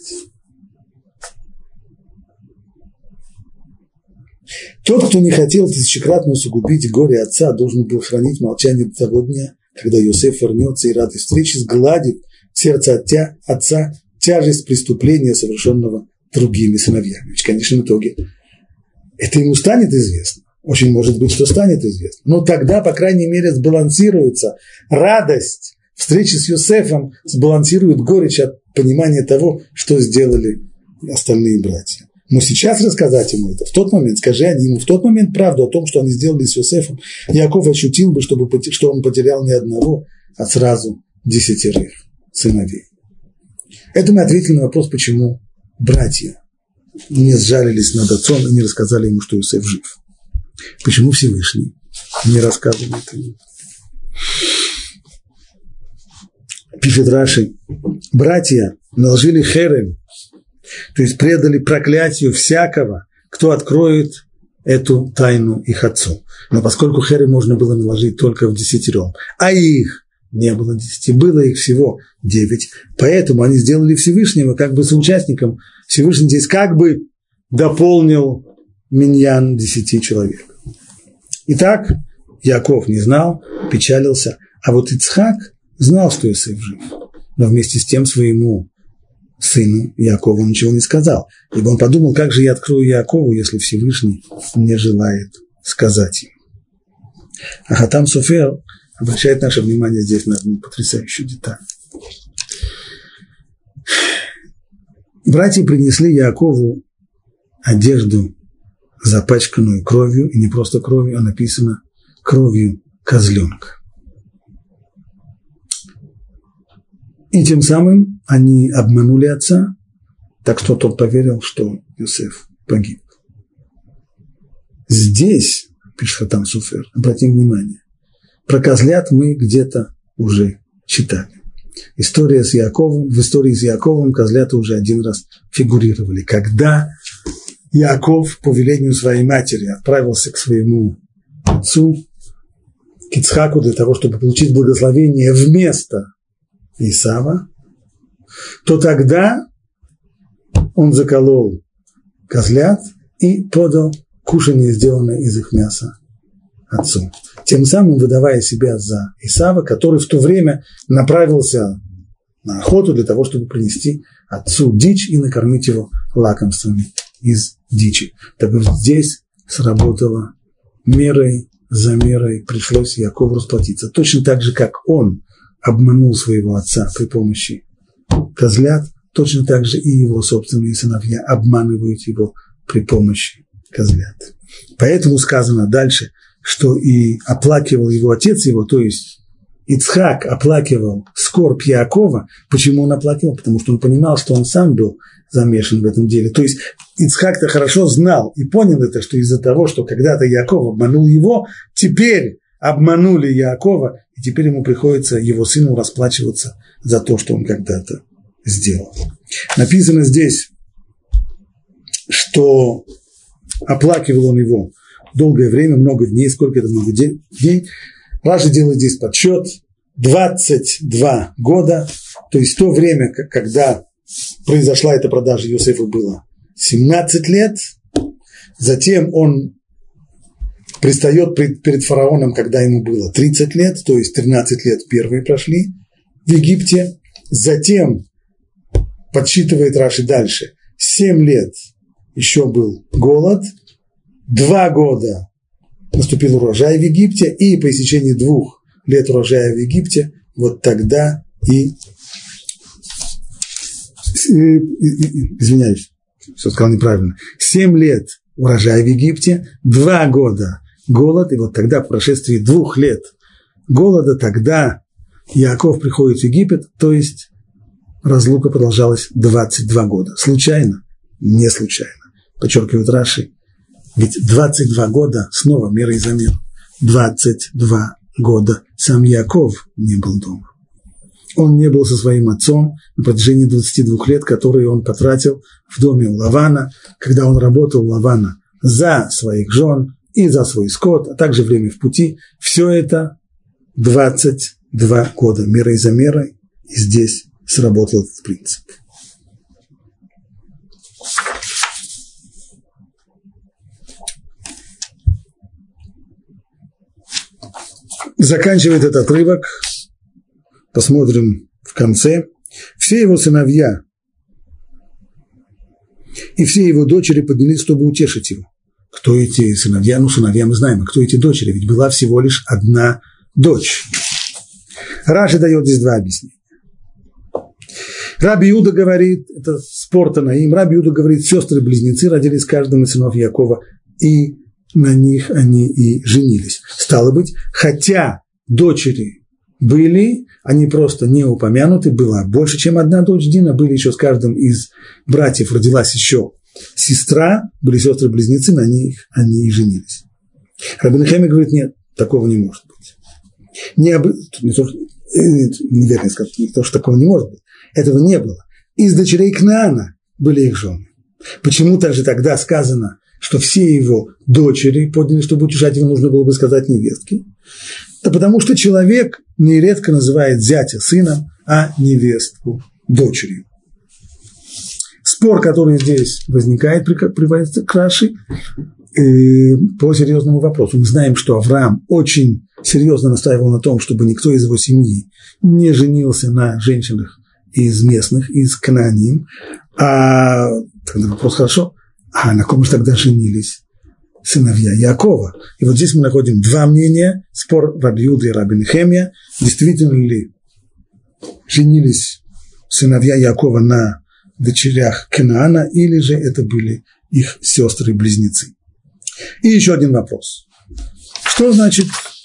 Тот, кто не хотел тысячекратно усугубить горе отца, должен был хранить молчание до того дня, когда Йосеф вернется и ради встречи сгладит в сердце отца, отца тяжесть преступления, совершенного другими сыновьями. В конечном итоге это ему станет известно. Очень может быть, что станет известно. Но тогда, по крайней мере, сбалансируется радость встречи с Йосефом, сбалансирует горечь от понимания того, что сделали остальные братья. Но сейчас рассказать ему это, в тот момент, скажи они ему в тот момент правду о том, что они сделали с Йосефом, Яков ощутил бы, чтобы, что он потерял не одного, а сразу десятерых сыновей. Это мы ответили на вопрос, почему братья не сжалились над отцом и не рассказали ему, что Йосеф жив. Почему Всевышний не рассказывает ему? Пишет Раши: братья наложили херем, то есть предали проклятию всякого, кто откроет эту тайну их отцу. Но поскольку херем можно было наложить только в десятером, а их не было десяти, было их всего девять, поэтому они сделали Всевышнего как бы соучастником. Всевышний здесь как бы дополнил миньян десяти человек. Итак, Яков не знал, печалился, а вот Ицхак знал, что Йосеф жив, но вместе с тем своему сыну Якову ничего не сказал, ибо он подумал, как же я открою Якову, если Всевышний не желает сказать ему. А Хатам Софер обращает наше внимание здесь на одну потрясающую деталь. Братья принесли Якову одежду, запачканную кровью, и не просто кровью, а написано кровью козленка. И тем самым они обманули отца, так что тот поверил, что Йосеф погиб. Здесь, пишет Хатам Софер, обратим внимание, про козлят мы где-то уже читали. История с Яковом, в истории с Яковом козлята уже один раз фигурировали. Когда Яков по велению своей матери отправился к своему отцу, к Ицхаку, для того, чтобы получить благословение вместо Исава, то тогда он заколол козлят и подал кушанье, сделанное из их мяса, отцу, тем самым выдавая себя за Исава, который в то время направился на охоту для того, чтобы принести отцу дичь и накормить его лакомствами из дичи. Так вот здесь сработало мерой за мерой, пришлось Якову расплатиться. Точно так же, как он обманул своего отца при помощи козлят, точно так же и его собственные сыновья обманывают его при помощи козлят. Поэтому сказано дальше, что и оплакивал его отец его, то есть Ицхак оплакивал скорбь Яакова. Почему он оплакивал? Потому что он понимал, что он сам был замешан в этом деле. То есть Ицхак-то хорошо знал и понял это, что из-за того, что когда-то Яаков обманул его, теперь обманули Яакова, и теперь ему приходится его сыну расплачиваться за то, что он когда-то сделал. Написано здесь, что оплакивал он его долгое время, много дней. Сколько это много дней? Раши делает здесь подсчет. двадцать два года, то есть то время, когда произошла эта продажа Йосефу, было семнадцать лет. Затем он предстает перед фараоном, когда ему было тридцать лет, то есть тринадцать лет первые прошли в Египте, затем, подсчитывает Раши дальше, семь лет еще был голод, два года наступил урожай в Египте, и по истечении двух лет урожая в Египте, вот тогда и, извиняюсь, все сказал неправильно, семь лет урожая в Египте, два года голод, и вот тогда, по прошествии двух лет голода, тогда Яаков приходит в Египет, то есть разлука продолжалась двадцать два года. Случайно? Не случайно. Подчеркивает Раши, ведь двадцать два года, снова мера и замер, двадцать два года сам Яаков не был дома. Он не был со своим отцом на протяжении двадцати двух лет, которые он потратил в доме у Лавана, когда он работал у Лавана за своих жен и за свой скот, а также время в пути. Все это двадцать два года мерой за мерой, и здесь сработал этот принцип. Заканчивает этот отрывок, посмотрим в конце. Все его сыновья и все его дочери поднялись, чтобы утешить его. Кто эти сыновья? Ну, сыновья мы знаем, а кто эти дочери? Ведь была всего лишь одна дочь. Раши дает здесь два объяснения. Раби Иуда говорит, это спор Танаим, Раби Иуда говорит, сестры-близнецы родились каждым из сынов Якова, и на них они и женились. Стало быть, хотя дочери были, они просто не упомянуты, была больше, чем одна дочь Дина, были еще с каждым из братьев, родилась еще сестра, были сестры-близнецы, на них они и женились. Рабби Нехемия говорит, нет, такого не может быть. Не, об... не то, неверно сказать, не то, что такого не может быть. Этого не было. Из дочерей Кнаана были их жены. Почему также тогда сказано, что все его дочери подняли, чтобы утешать его, нужно было бы сказать невестки? Да потому что человек нередко называет зятя сыном, а невестку дочерью. Спор, который здесь возникает, приводится к Раши по серьезному вопросу. Мы знаем, что Авраам очень серьезно настаивал на том, чтобы никто из его семьи не женился на женщинах из местных, из Кнааним. А тогда вопрос хорошо, а на ком же тогда женились сыновья Яакова? И вот здесь мы находим два мнения, спор Раби Иуды и Раби Нехемия. Действительно ли женились сыновья Яакова на дочерях Кнаана, или же это были их сестры-близнецы? И еще один вопрос. Что значит,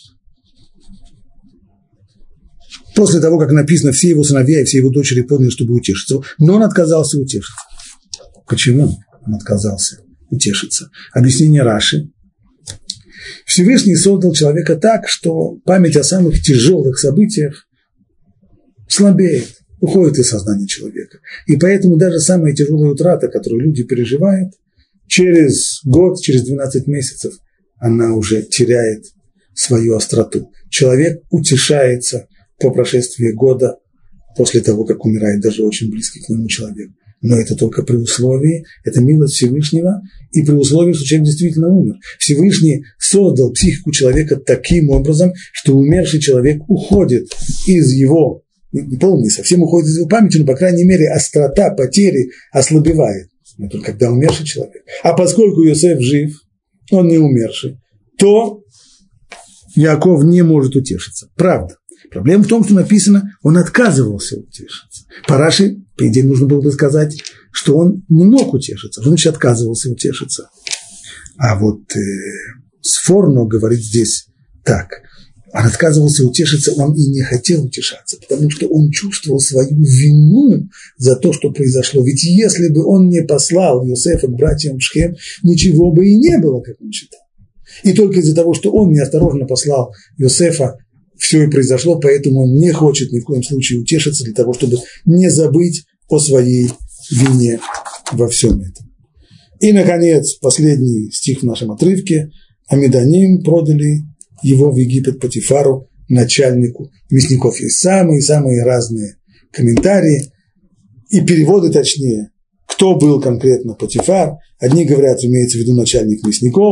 после того, как написано, все его сыновья и все его дочери подняли, чтобы утешиться, но он отказался утешиться? Почему он отказался утешиться? Объяснение Раши. Всевышний создал человека так, что память о самых тяжелых событиях слабеет, уходит из сознания человека. И поэтому даже самая тяжелая утрата, которую люди переживают, через год, через двенадцать месяцев, она уже теряет свою остроту. Человек утешается по прошествии года после того, как умирает даже очень близкий к нему человек. Но это только при условии, это милость Всевышнего, и при условии, что человек действительно умер. Всевышний создал психику человека таким образом, что умерший человек уходит из его, не полный, совсем уходит из его памяти, но, по крайней мере, острота потери ослабевает. Но только когда умерший человек. А поскольку Йосеф жив, он не умерший, то Яаков не может утешиться. Правда. Проблема в том, что написано, он отказывался утешиться. По Раши, по идее, нужно было бы сказать, что он не мог утешиться. Что значит отказывался утешиться? А вот э, Сфорно говорит здесь так. Он отказывался утешиться, он и не хотел утешаться, потому что он чувствовал свою вину за то, что произошло. Ведь если бы он не послал Йосефа к братьям в Шхем, ничего бы и не было, как он считал. И только из-за того, что он неосторожно послал Йосефа, все и произошло, поэтому он не хочет ни в коем случае утешиться для того, чтобы не забыть о своей вине во всем этом. И, наконец, последний стих в нашем отрывке. Амиданим продали его в Египет Потифару, начальнику мясников. Есть самые-самые разные комментарии и переводы точнее, кто был конкретно Потифар. Одни говорят, имеется в виду начальник мясников,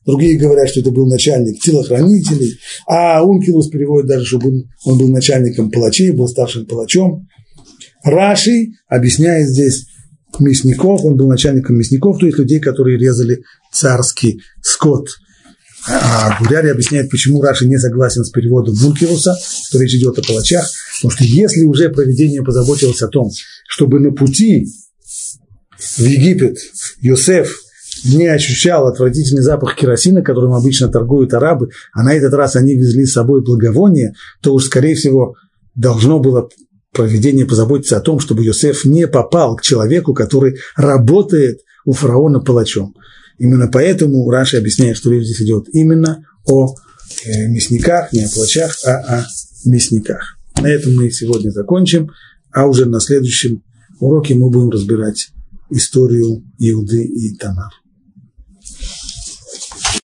другие говорят, что это был начальник телохранителей, а Ункилус переводит даже, что он был начальником палачей, был старшим палачом. Раши объясняет здесь мясников, он был начальником мясников, то есть людей, которые резали царский скот. А Гуряри объясняет, почему Раши не согласен с переводом Ункилуса, что речь идет о палачах, потому что если уже провидение позаботилось о том, чтобы на пути в Египет Йосеф не ощущал отвратительный запах керосина, которым обычно торгуют арабы, а на этот раз они везли с собой благовоние, то уж, скорее всего, должно было провидение позаботиться о том, чтобы Йосеф не попал к человеку, который работает у фараона палачом. Именно поэтому Раши объясняет, что речь здесь идет именно о э, мясниках, не о палачах, а о мясниках. На этом мы сегодня закончим, а уже на следующем уроке мы будем разбирать историю Иуды и Тамар.